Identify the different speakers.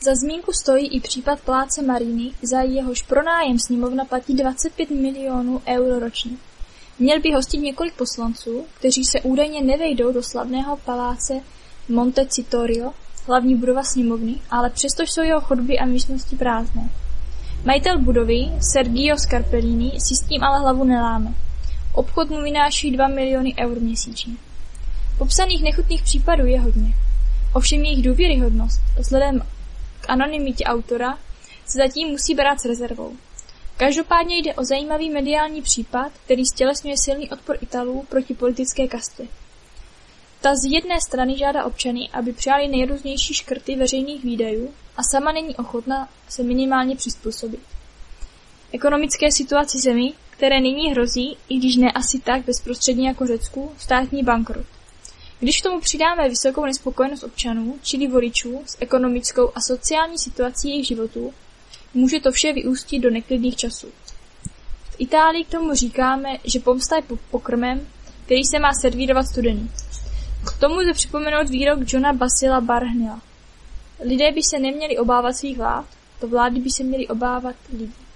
Speaker 1: Za zmínku stojí i případ Paláce Marini, za jehož pronájem sněmovna platí 25 milionů euro ročně. Měl by hostit několik poslanců, kteří se údajně nevejdou do slavného paláce Montecitorio, hlavní budova sněmovny, ale přesto jsou jeho chodby a místnosti prázdné. Majitel budovy, Sergio Scarpellini, si s tím ale hlavu neláme. Obchod mu vynáší 2 miliony eur měsíčně. Popsaných nechutných případů je hodně. Ovšem jejich důvěryhodnost, vzhledem k anonymitě autora, se zatím musí brát s rezervou. Každopádně jde o zajímavý mediální případ, který stělesňuje silný odpor Italů proti politické kastě. Ta z jedné strany žádá občany, aby přijali nejrůznější škrty veřejných výdajů a sama není ochotna se minimálně přizpůsobit. Ekonomické situaci zemi, které nyní hrozí, i když ne asi tak bezprostředně jako Řecku, státní bankrot. Když k tomu přidáme vysokou nespokojenost občanů, čili voličů, s ekonomickou a sociální situací jejich životů, může to vše vyústit do neklidných časů. V Itálii k tomu říkáme, že pomsta je pokrmem, který se má servírovat studený. K tomu lze připomenout výrok Johna Basila Barhnila. Lidé by se neměli obávat svých vlád, to vlády by se měly obávat lidí.